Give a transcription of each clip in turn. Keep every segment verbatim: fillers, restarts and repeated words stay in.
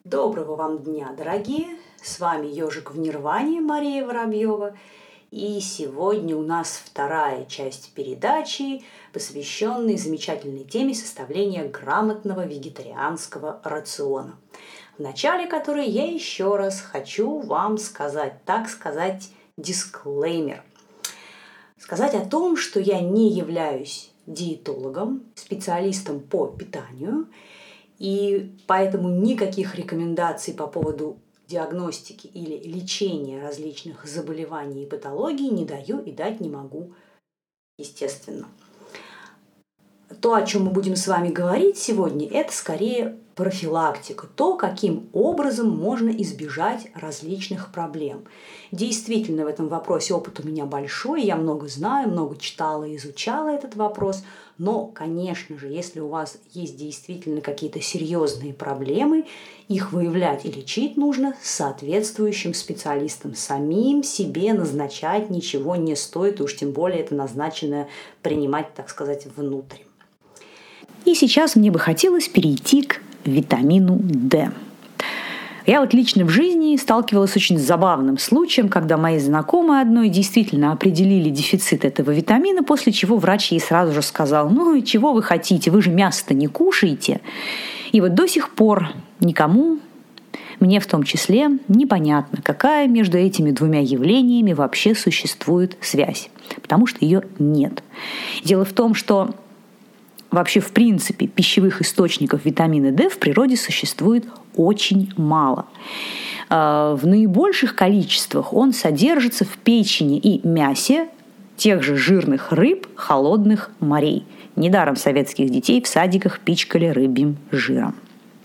Доброго вам дня, дорогие! С вами «Ежик в Нирване» Мария Воробьева. И сегодня у нас вторая часть передачи, посвященной замечательной теме составления грамотного вегетарианского рациона. В начале которой я еще раз хочу вам сказать, так сказать, дисклеймер. Сказать о том, что я не являюсь диетологом, специалистом по питанию, и поэтому никаких рекомендаций по поводу диагностики или лечения различных заболеваний и патологий не даю и дать не могу, естественно. То, о чем мы будем с вами говорить сегодня, это скорее профилактика, то, каким образом можно избежать различных проблем. Действительно, в этом вопросе опыт у меня большой, я много знаю, много читала и изучала этот вопрос, но, конечно же, если у вас есть действительно какие-то серьезные проблемы, их выявлять и лечить нужно соответствующим специалистам. Самим себе назначать ничего не стоит, уж тем более это назначенное принимать, так сказать, внутрь. И сейчас мне бы хотелось перейти к витамину D. Я вот лично в жизни сталкивалась с очень забавным случаем, когда мои знакомые одной действительно определили дефицит этого витамина, после чего врач ей сразу же сказал: ну и чего вы хотите, вы же мясо-то не кушаете. И вот до сих пор никому, мне в том числе, непонятно, какая между этими двумя явлениями вообще существует связь, потому что ее нет. Дело в том, что вообще, в принципе, пищевых источников витамина D в природе существует очень мало. В наибольших количествах он содержится в печени и мясе тех же жирных рыб холодных морей. Недаром советских детей в садиках пичкали рыбьим жиром.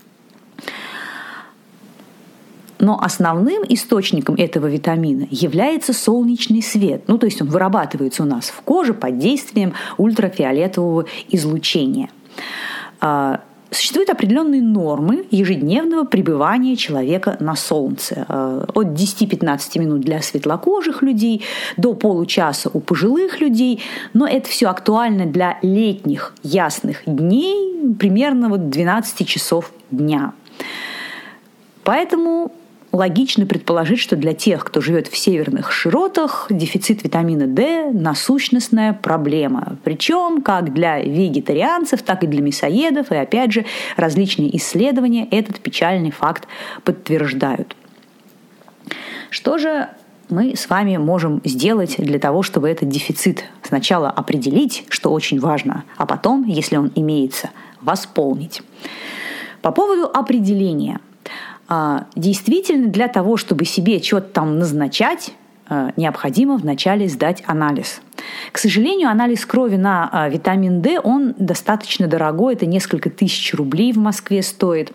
Но основным источником этого витамина является солнечный свет. Ну, то есть он вырабатывается у нас в коже под действием ультрафиолетового излучения. Существуют определенные нормы ежедневного пребывания человека на солнце. От десяти-пятнадцати минут для светлокожих людей до получаса у пожилых людей. Но это все актуально для летних ясных дней, примерно вот двенадцати часов дня. Поэтому логично предположить, что для тех, кто живет в северных широтах, дефицит витамина D – насущностная проблема. Причем как для вегетарианцев, так и для мясоедов. И опять же, различные исследования этот печальный факт подтверждают. Что же мы с вами можем сделать для того, чтобы этот дефицит сначала определить, что очень важно, а потом, если он имеется, восполнить? По поводу определения – действительно, для того, чтобы себе что-то там назначать, необходимо вначале сдать анализ. К сожалению, анализ крови на витамин D, он достаточно дорогой, это несколько тысяч рублей в Москве стоит.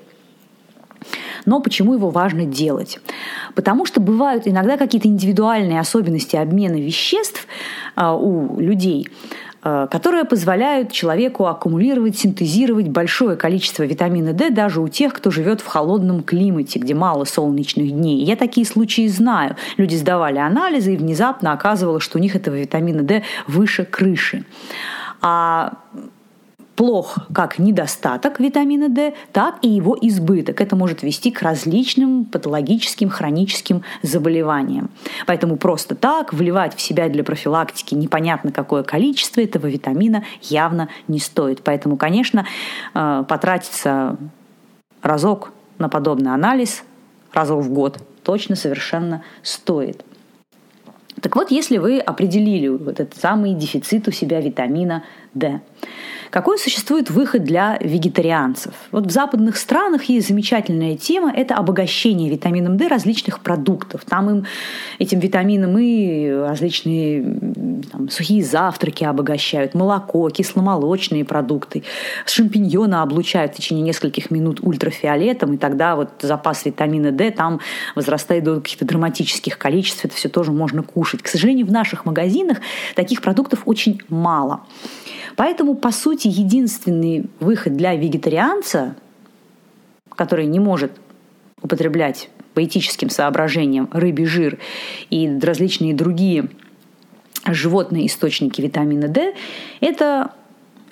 Но почему его важно делать? Потому что бывают иногда какие-то индивидуальные особенности обмена веществ у людей, которые позволяют человеку аккумулировать, синтезировать большое количество витамина D даже у тех, кто живет в холодном климате, где мало солнечных дней. Я такие случаи знаю. Люди сдавали анализы, и внезапно оказывалось, что у них этого витамина D выше крыши. А плох как недостаток витамина D, так и его избыток. Это может вести к различным патологическим, хроническим заболеваниям. Поэтому просто так вливать в себя для профилактики непонятно какое количество этого витамина явно не стоит. Поэтому, конечно, потратиться разок на подобный анализ, разок в год, точно совершенно стоит. Так вот, если вы определили вот этот самый дефицит у себя витамина D, какой существует выход для вегетарианцев? Вот в западных странах есть замечательная тема – это обогащение витамином D различных продуктов. Там им, этим витамином и различные там, сухие завтраки обогащают, молоко, кисломолочные продукты, шампиньоны облучают в течение нескольких минут ультрафиолетом, и тогда вот запас витамина D там возрастает до каких-то драматических количеств, это все тоже можно кушать. К сожалению, в наших магазинах таких продуктов очень мало. Поэтому, по сути, единственный выход для вегетарианца, который не может употреблять по этическим соображениям рыбий жир и различные другие животные источники витамина D, это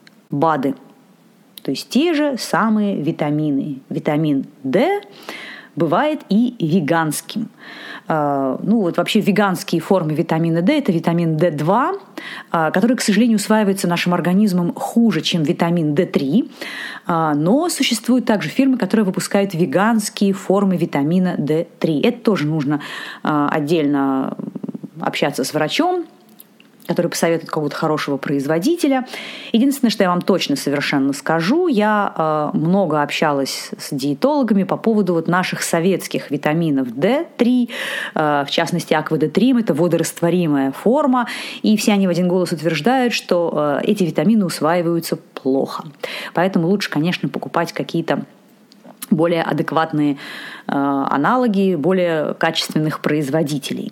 БАДы, то есть те же самые витамины. Витамин D бывает и веганским. Ну вот вообще веганские формы витамина D – это витамин дэ два, который, к сожалению, усваивается нашим организмом хуже, чем витамин дэ три. Но существуют также фирмы, которые выпускают веганские формы витамина дэ три. Это тоже нужно отдельно общаться с врачом, который посоветует какого-то хорошего производителя. Единственное, что я вам точно совершенно скажу, я э, много общалась с диетологами по поводу вот наших советских витаминов дэ три, э, в частности, аква-дэ-три, это водорастворимая форма, и все они в один голос утверждают, что э, эти витамины усваиваются плохо. Поэтому лучше, конечно, покупать какие-то более адекватные э, аналоги, более качественных производителей.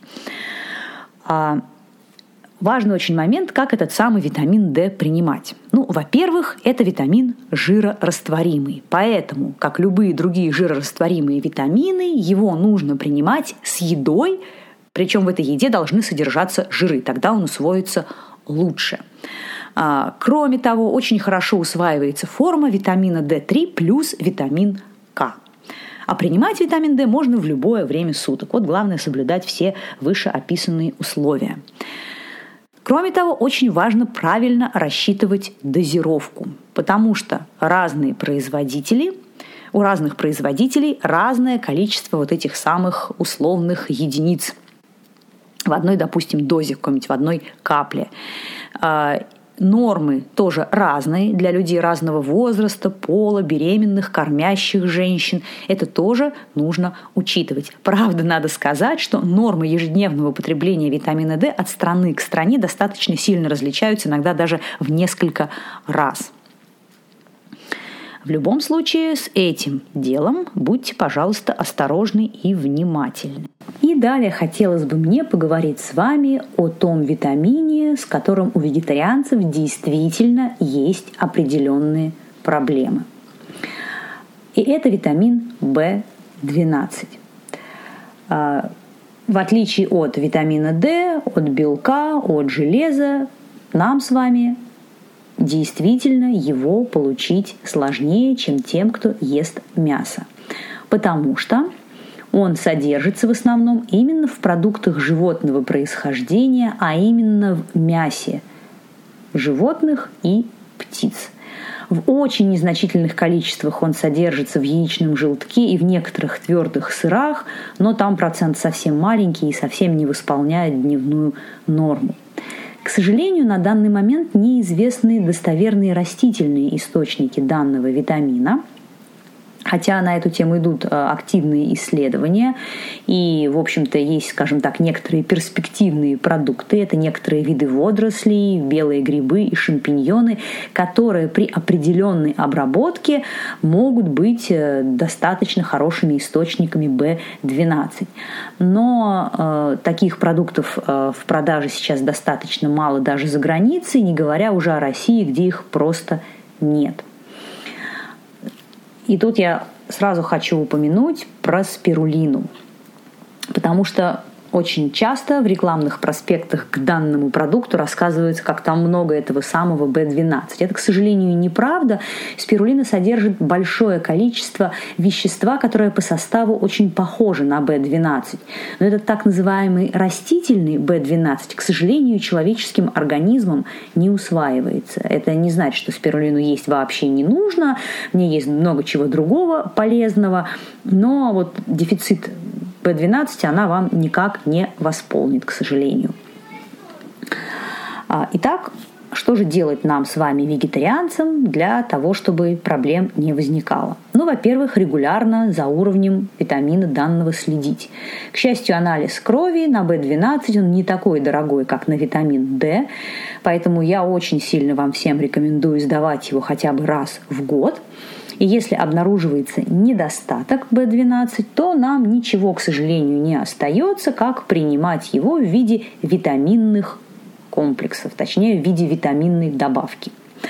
Важный очень момент, как этот самый витамин D принимать. Ну, во-первых, это витамин жирорастворимый. Поэтому, как любые другие жирорастворимые витамины, его нужно принимать с едой, причем в этой еде должны содержаться жиры, тогда он усвоится лучше. А, кроме того, очень хорошо усваивается форма витамина дэ три плюс витамин К. А принимать витамин D можно в любое время суток. Вот главное соблюдать все вышеописанные условия. Кроме того, очень важно правильно рассчитывать дозировку, потому что разные производители, у разных производителей разное количество вот этих самых условных единиц в одной, допустим, дозе, какой-нибудь в одной капле. Нормы тоже разные для людей разного возраста, пола, беременных, кормящих женщин. Это тоже нужно учитывать. Правда, надо сказать, что нормы ежедневного употребления витамина D от страны к стране достаточно сильно различаются, иногда даже в несколько раз. В любом случае, с этим делом будьте, пожалуйста, осторожны и внимательны. И далее хотелось бы мне поговорить с вами о том витамине, с которым у вегетарианцев действительно есть определенные проблемы. И это витамин бэ двенадцать. В отличие от витамина D, от белка, от железа, нам с вами действительно его получить сложнее, чем тем, кто ест мясо. Потому что он содержится в основном именно в продуктах животного происхождения, а именно в мясе животных и птиц. В очень незначительных количествах он содержится в яичном желтке и в некоторых твердых сырах, но там процент совсем маленький и совсем не восполняет дневную норму. К сожалению, на данный момент неизвестны достоверные растительные источники данного витамина, хотя на эту тему идут активные исследования, и, в общем-то, есть, скажем так, некоторые перспективные продукты. Это некоторые виды водорослей, белые грибы и шампиньоны, которые при определенной обработке могут быть достаточно хорошими источниками бэ двенадцать. Но э, таких продуктов э, в продаже сейчас достаточно мало даже за границей, не говоря уже о России, где их просто нет. И тут я сразу хочу упомянуть про спирулину, потому что очень часто в рекламных проспектах к данному продукту рассказывается, как там много этого самого бэ двенадцать. Это, к сожалению, неправда. Спирулина содержит большое количество вещества, которое по составу очень похоже на бэ двенадцать. Но этот так называемый растительный бэ двенадцать, к сожалению, человеческим организмом не усваивается. Это не значит, что спирулину есть вообще не нужно. В ней есть много чего другого полезного, но вот дефицит бэ двенадцать она вам никак не восполнит, к сожалению. Итак, что же делать нам с вами, вегетарианцам, для того, чтобы проблем не возникало? Ну, во-первых, регулярно за уровнем витамина данного следить. К счастью, анализ крови на бэ двенадцать, он не такой дорогой, как на витамин D, поэтому я очень сильно вам всем рекомендую сдавать его хотя бы раз в год. И если обнаруживается недостаток бэ двенадцать, то нам ничего, к сожалению, не остается, как принимать его в виде витаминных комплексов, точнее, в виде витаминной добавки.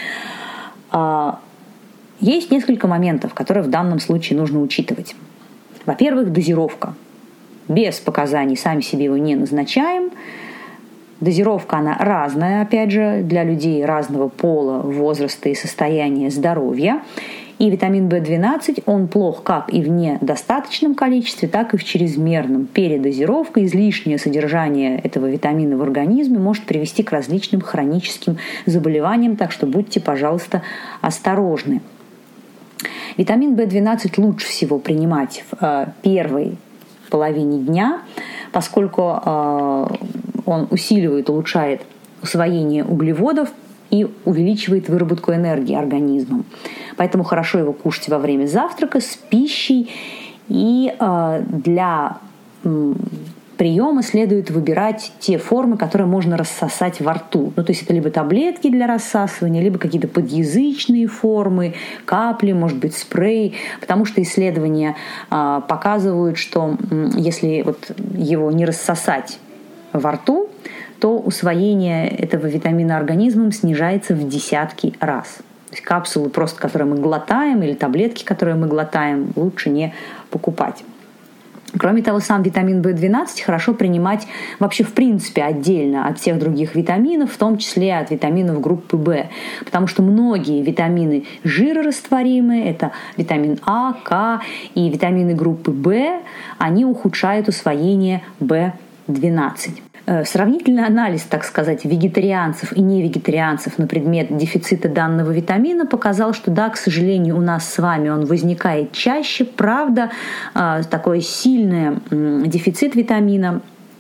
Есть несколько моментов, которые в данном случае нужно учитывать. Во-первых, дозировка. Без показаний сами себе его не назначаем. Дозировка, она разная, опять же, для людей разного пола, возраста и состояния здоровья. И витамин бэ двенадцать, он плох как и в недостаточном количестве, так и в чрезмерном. Передозировка, излишнее содержание этого витамина в организме может привести к различным хроническим заболеваниям, так что будьте, пожалуйста, осторожны. Витамин бэ двенадцать лучше всего принимать в э, первой половине дня, поскольку э, он усиливает, улучшает усвоение углеводов и увеличивает выработку энергии организмом. Поэтому хорошо его кушать во время завтрака с пищей. И э, для э, приема следует выбирать те формы, которые можно рассосать во рту. Ну, то есть это либо таблетки для рассасывания, либо какие-то подъязычные формы, капли, может быть, спрей. Потому что исследования э, показывают, что э, если вот его не рассосать во рту, то усвоение этого витамина организмом снижается в десятки раз. То есть капсулы, просто которые мы глотаем, или таблетки, которые мы глотаем, лучше не покупать. Кроме того, сам витамин бэ двенадцать хорошо принимать вообще в принципе отдельно от всех других витаминов, в том числе от витаминов группы В, потому что многие витамины жирорастворимые, это витамин А, К и витамины группы В, они ухудшают усвоение бэ двенадцать. Сравнительный анализ, так сказать, вегетарианцев и невегетарианцев на предмет дефицита данного витамина показал, что да, к сожалению, у нас с вами он возникает чаще. Правда, такой сильный дефицит витамина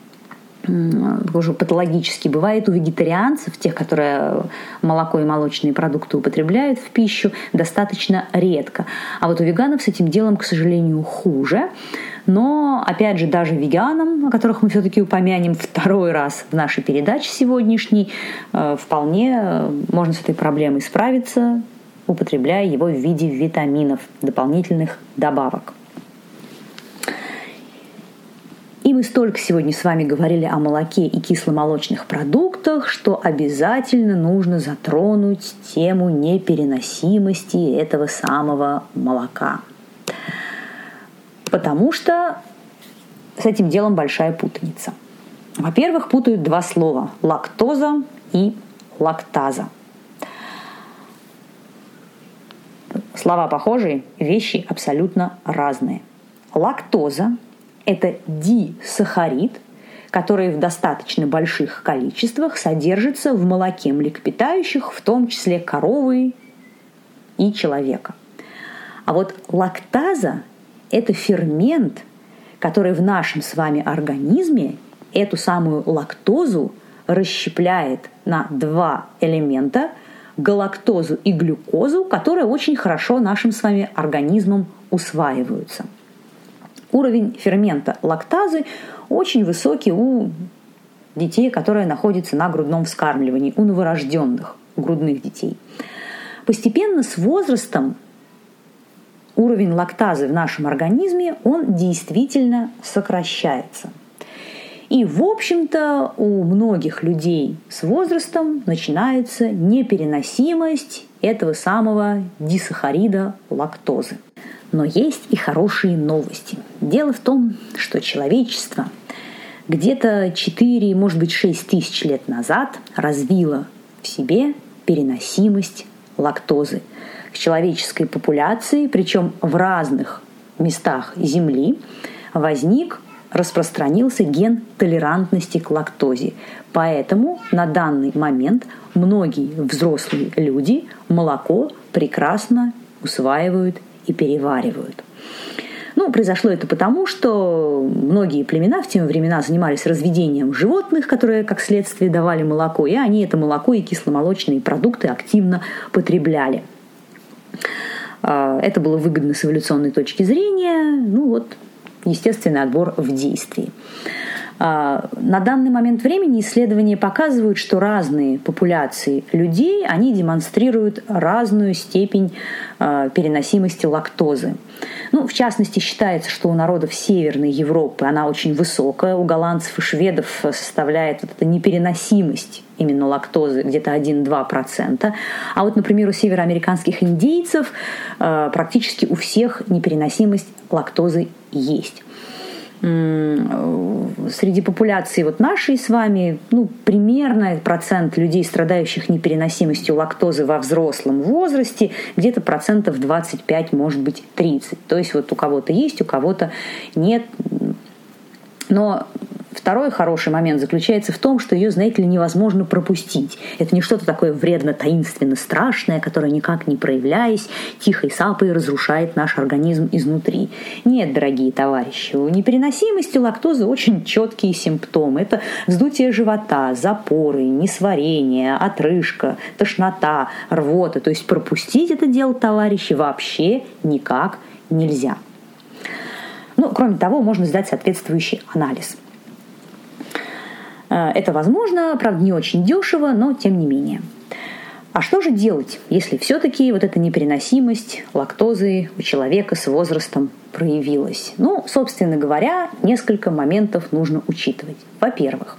уже патологически бывает у вегетарианцев, тех, которые молоко и молочные продукты употребляют в пищу, достаточно редко. А вот у веганов с этим делом, к сожалению, хуже. Но, опять же, даже веганам, о которых мы все-таки упомянем второй раз в нашей передаче сегодняшней, вполне можно с этой проблемой справиться, употребляя его в виде витаминов, дополнительных добавок. И мы столько сегодня с вами говорили о молоке и кисломолочных продуктах, что обязательно нужно затронуть тему непереносимости этого самого молока. Потому что с этим делом большая путаница. Во-первых, путают два слова – лактоза и лактаза. Слова похожие, вещи абсолютно разные. Лактоза – это дисахарид, который в достаточно больших количествах содержится в молоке млекопитающих, в том числе коровы и человека. А вот лактаза – это фермент, который в нашем с вами организме эту самую лактозу расщепляет на два элемента – галактозу и глюкозу, которые очень хорошо нашим с вами организмом усваиваются. Уровень фермента лактазы очень высокий у детей, которые находятся на грудном вскармливании, у новорожденных, у грудных детей. Постепенно с возрастом уровень лактазы в нашем организме, он действительно сокращается. И, в общем-то, у многих людей с возрастом начинается непереносимость этого самого дисахарида лактозы. Но есть и хорошие новости. Дело в том, что человечество где-то четыре, может быть, шесть тысяч лет назад развило в себе переносимость лактозы. В человеческой популяции, причем в разных местах Земли, возник, распространился ген толерантности к лактозе. Поэтому на данный момент многие взрослые люди молоко прекрасно усваивают и переваривают. Ну, произошло это потому, что многие племена в те времена занимались разведением животных, которые, как следствие, давали молоко, и они это молоко и кисломолочные продукты активно потребляли. Это было выгодно с эволюционной точки зрения. Ну вот, естественный отбор в действии. На данный момент времени исследования показывают, что разные популяции людей, они демонстрируют разную степень переносимости лактозы. Ну, в частности, считается, что у народов Северной Европы она очень высокая, у голландцев и шведов составляет вот эта непереносимость именно лактозы где-то один-два процента. А вот, например, у североамериканских индейцев практически у всех непереносимость лактозы есть. среди популяции вот нашей с вами, ну, примерно процент людей, страдающих непереносимостью лактозы во взрослом возрасте, где-то процентов двадцать пять, может быть, тридцать. То есть вот у кого-то есть, у кого-то нет. Но второй хороший момент заключается в том, что ее, знаете ли, невозможно пропустить. Это не что-то такое вредно-таинственно страшное, которое, никак не проявляясь, тихой сапой разрушает наш организм изнутри. Нет, дорогие товарищи, у непереносимости лактозы очень четкие симптомы. Это вздутие живота, запоры, несварение, отрыжка, тошнота, рвота. То есть пропустить это дело, товарищи, вообще никак нельзя. Ну, кроме того, можно сдать соответствующий анализ. Это возможно, правда, не очень дешево, но тем не менее. А что же делать, если все-таки вот эта непереносимость лактозы у человека с возрастом проявилась? Ну, собственно говоря, несколько моментов нужно учитывать. Во-первых,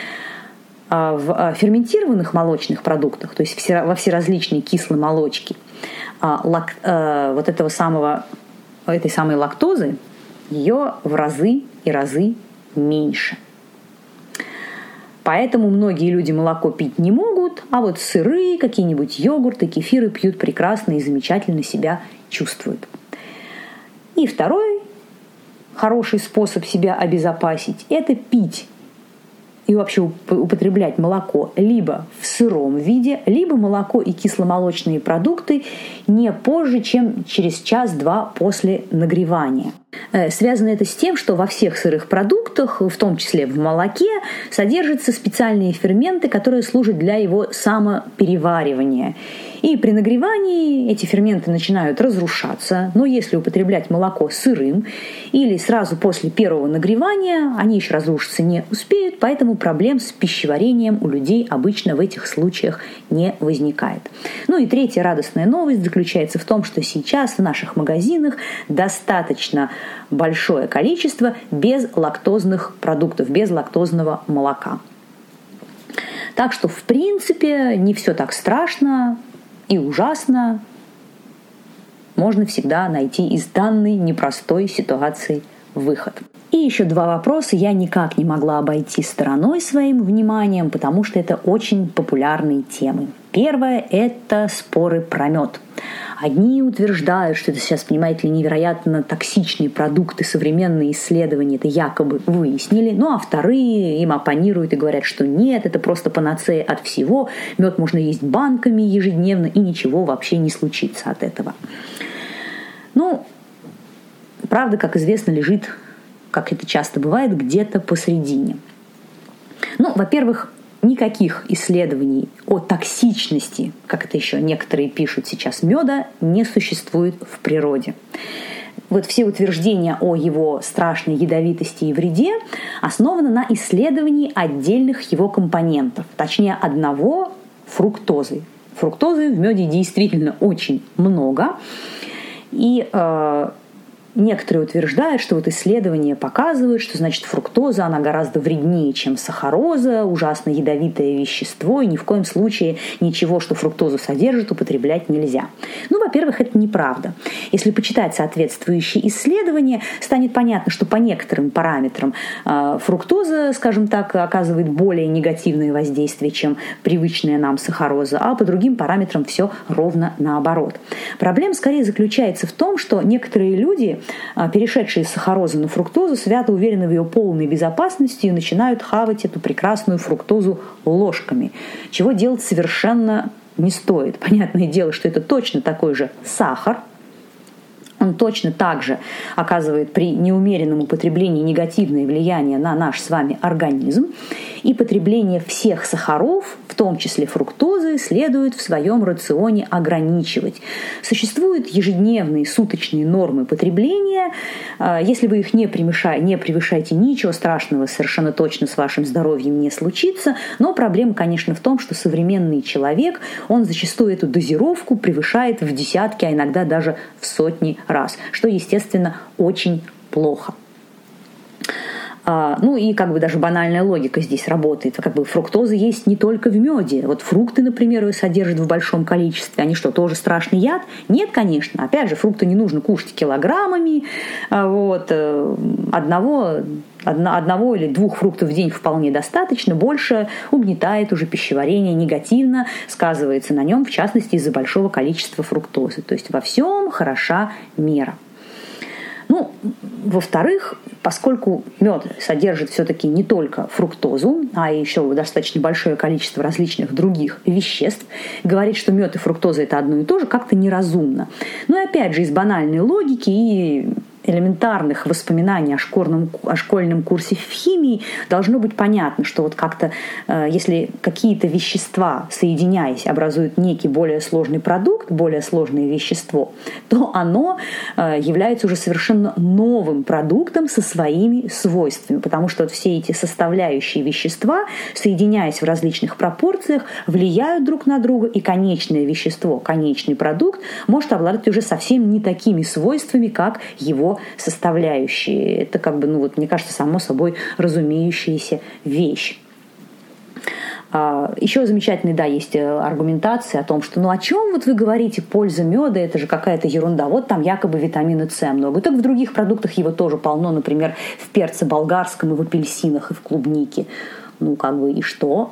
в ферментированных молочных продуктах, то есть во всеразличной кислой молочке, вот этого самого, этой самой лактозы, ее в разы и разы меньше. Поэтому многие люди молоко пить не могут, а вот сыры, какие-нибудь йогурты, кефиры пьют прекрасно и замечательно себя чувствуют. И второй хороший способ себя обезопасить – это пить и вообще употреблять молоко либо в сыром виде, либо молоко и кисломолочные продукты не позже, чем через час-два после нагревания. Связано это с тем, что во всех сырых продуктах, в том числе в молоке, содержатся специальные ферменты, которые служат для его самопереваривания. И при нагревании эти ферменты начинают разрушаться, но если употреблять молоко сырым или сразу после первого нагревания, они еще разрушиться не успеют, поэтому проблем с пищеварением у людей обычно в этих случаях не возникает. Ну и третья радостная новость заключается в том, что сейчас в наших магазинах достаточно большое количество безлактозных продуктов, безлактозного молока. Так что, в принципе, не все так страшно и ужасно. Можно всегда найти из данной непростой ситуации выход. И еще два вопроса я никак не могла обойти стороной своим вниманием, потому что это очень популярные темы. Первое – это споры про мед. Одни утверждают, что это сейчас, понимаете ли, невероятно токсичные продукты, современные исследования это якобы выяснили, ну а вторые им оппонируют и говорят, что нет, это просто панацея от всего, мед можно есть банками ежедневно и ничего вообще не случится от этого. Ну, правда, как известно, лежит, как это часто бывает, где-то посредине. Ну, во-первых, никаких исследований о токсичности, как это еще некоторые пишут сейчас, меда не существует в природе. Вот все утверждения о его страшной ядовитости и вреде основаны на исследовании отдельных его компонентов, точнее одного – фруктозы. Фруктозы в меде действительно очень много, и э, некоторые утверждают, что вот исследования показывают, что, значит, фруктоза, она гораздо вреднее, чем сахароза, ужасно ядовитое вещество, и ни в коем случае ничего, что фруктозу содержит, употреблять нельзя. Ну, во-первых, это неправда. Если почитать соответствующие исследования, станет понятно, что по некоторым параметрам э, фруктоза, скажем так, оказывает более негативное воздействие, чем привычная нам сахароза, а по другим параметрам все ровно наоборот. Проблема скорее заключается в том, что некоторые люди, перешедшие с сахарозы на фруктозу, свято уверены в ее полной безопасности и начинают хавать эту прекрасную фруктозу ложками, чего делать совершенно не стоит. Понятное дело, что это точно такой же сахар. Он точно так же оказывает при неумеренном употреблении негативное влияние на наш с вами организм. И потребление всех сахаров, в том числе фруктозы, следует в своем рационе ограничивать. Существуют ежедневные суточные нормы потребления. Если вы их не превышаете, не превышаете, ничего страшного совершенно точно с вашим здоровьем не случится. Но проблема, конечно, в том, что современный человек, он зачастую эту дозировку превышает в десятки, а иногда даже в сотни раз, что, естественно, очень плохо. А, ну и как бы даже банальная логика здесь работает. Как бы фруктоза есть не только в меде. Вот фрукты, например, ее содержат в большом количестве. Они что, тоже страшный яд? Нет, конечно. Опять же, фрукты не нужно кушать килограммами. Вот. Одного, одно, одного или двух фруктов в день вполне достаточно. Больше угнетает уже пищеварение, негативно сказывается на нем, в частности, из-за большого количества фруктозы. То есть во всем хороша мера. Ну, во-вторых, поскольку мед содержит все-таки не только фруктозу, а еще достаточно большое количество различных других веществ, говорить, что мед и фруктоза – это одно и то же, как-то неразумно. Ну и опять же, из банальной логики и элементарных воспоминаний о школьном, о школьном курсе в химии должно быть понятно, что вот как-то, э, если какие-то вещества, соединяясь, образуют некий более сложный продукт, более сложное вещество, то оно э, является уже совершенно новым продуктом со своими свойствами, потому что вот все эти составляющие вещества, соединяясь в различных пропорциях, влияют друг на друга, и конечное вещество, конечный продукт может обладать уже совсем не такими свойствами, как его составляющие. Это как бы, ну вот, мне кажется, само собой разумеющаяся вещь. Еще замечательная, да, есть аргументация о том, что ну о чем вот вы говорите, польза меда, это же какая-то ерунда. Вот там якобы витамина С много. Так в других продуктах его тоже полно, например, в перце болгарском и в апельсинах, и в клубнике. Ну как бы и что?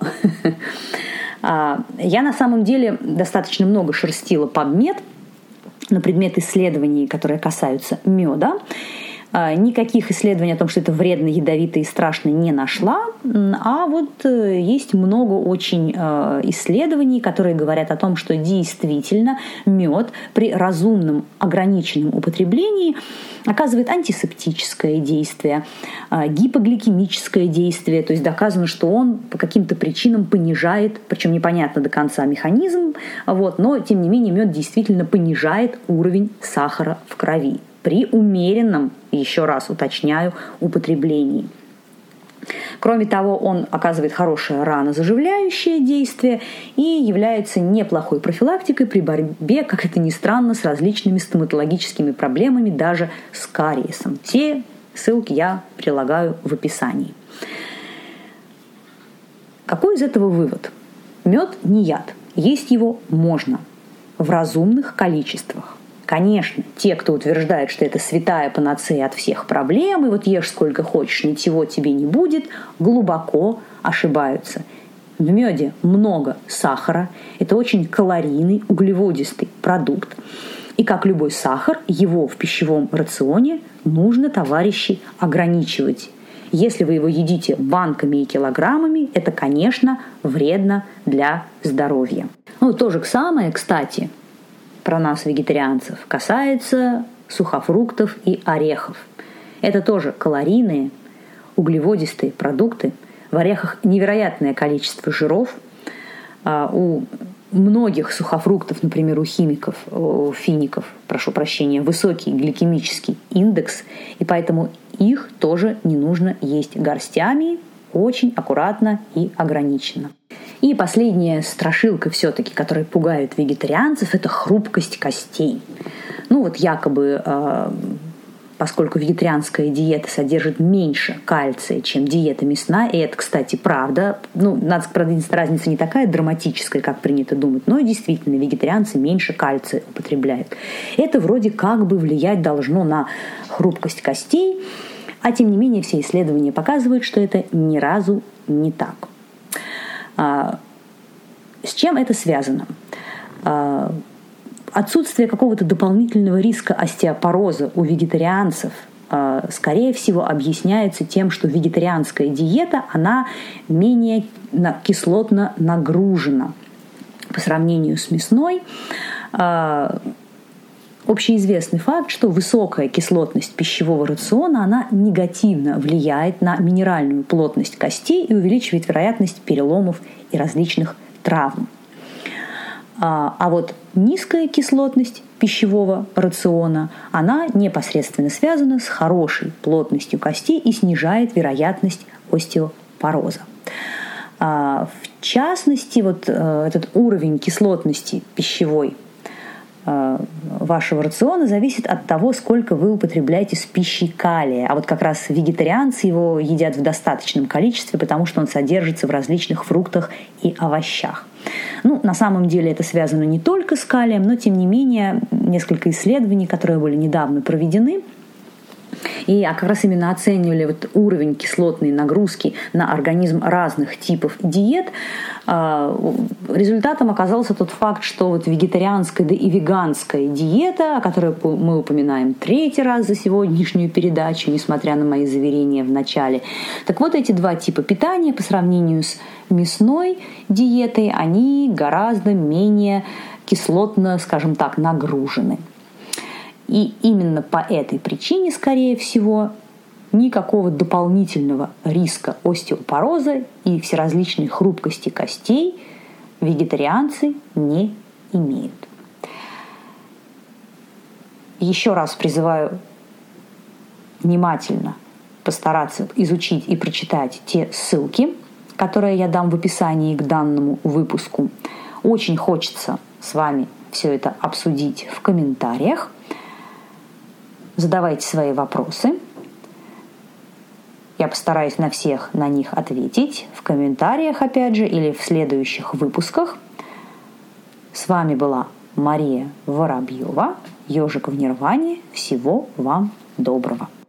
Я на самом деле достаточно много шерстила PubMed на предмет исследований, которые касаются меда. Никаких исследований о том, что это вредно, ядовито и страшно, не нашла. А вот есть много очень исследований, которые говорят о том, что действительно мед при разумном ограниченном употреблении оказывает антисептическое действие, гипогликемическое действие. То есть доказано, что он по каким-то причинам понижает, причем непонятно до конца механизм, вот, но тем не менее мед действительно понижает уровень сахара в крови при умеренном, еще раз уточняю, употреблении. Кроме того, он оказывает хорошее ранозаживляющее действие и является неплохой профилактикой при борьбе, как это ни странно, с различными стоматологическими проблемами, даже с кариесом. Все ссылки я прилагаю в описании. Какой из этого вывод? Мед не яд. Есть его можно в разумных количествах. Конечно, те, кто утверждает, что это святая панацея от всех проблем, и вот ешь сколько хочешь, ничего тебе не будет, глубоко ошибаются. В меде много сахара, это очень калорийный, углеводистый продукт. И как любой сахар, его в пищевом рационе нужно, товарищи, ограничивать. Если вы его едите банками и килограммами, это, конечно, вредно для здоровья. Ну, то же самое, кстати, про нас, вегетарианцев, касается сухофруктов и орехов. Это тоже калорийные, углеводистые продукты. В орехах невероятное количество жиров. У многих сухофруктов, например, у химиков, у фиников, прошу прощения, высокий гликемический индекс, и поэтому их тоже не нужно есть горстями, очень аккуратно и ограниченно. И последняя страшилка все-таки, которая пугает вегетарианцев, это хрупкость костей. Ну вот якобы, э, поскольку вегетарианская диета содержит меньше кальция, чем диета мясная, и это, кстати, правда, ну, надо сказать, разница не такая драматическая, как принято думать, но действительно вегетарианцы меньше кальция употребляют. Это вроде как бы влиять должно на хрупкость костей, а тем не менее все исследования показывают, что это ни разу не так. С чем это связано? Отсутствие какого-то дополнительного риска остеопороза у вегетарианцев, скорее всего, объясняется тем, что вегетарианская диета, она менее кислотно нагружена по сравнению с мясной. Общеизвестный факт, что высокая кислотность пищевого рациона, она негативно влияет на минеральную плотность костей и увеличивает вероятность переломов и различных травм. А вот низкая кислотность пищевого рациона, она непосредственно связана с хорошей плотностью костей и снижает вероятность остеопороза. В частности, вот этот уровень кислотности пищевой вашего рациона зависит от того, сколько вы употребляете с пищей калия. А вот как раз вегетарианцы его едят в достаточном количестве, потому что он содержится в различных фруктах и овощах. Ну, на самом деле это связано не только с калием, но тем не менее несколько исследований, которые были недавно проведены, и как раз именно оценивали вот уровень кислотной нагрузки на организм разных типов диет. Результатом оказался тот факт, что вот вегетарианская да и веганская диета, о которой мы упоминаем третий раз за сегодняшнюю передачу, несмотря на мои заверения в начале, так вот эти два типа питания по сравнению с мясной диетой, они гораздо менее кислотно, скажем так, нагружены. И именно по этой причине, скорее всего, никакого дополнительного риска остеопороза и всеразличной хрупкости костей вегетарианцы не имеют. Еще раз призываю внимательно постараться изучить и прочитать те ссылки, которые я дам в описании к данному выпуску. Очень хочется с вами все это обсудить в комментариях. Задавайте свои вопросы. Я постараюсь на всех на них ответить в комментариях, опять же, или в следующих выпусках. С вами была Мария Воробьева, «Ежик в Нирване». Всего вам доброго.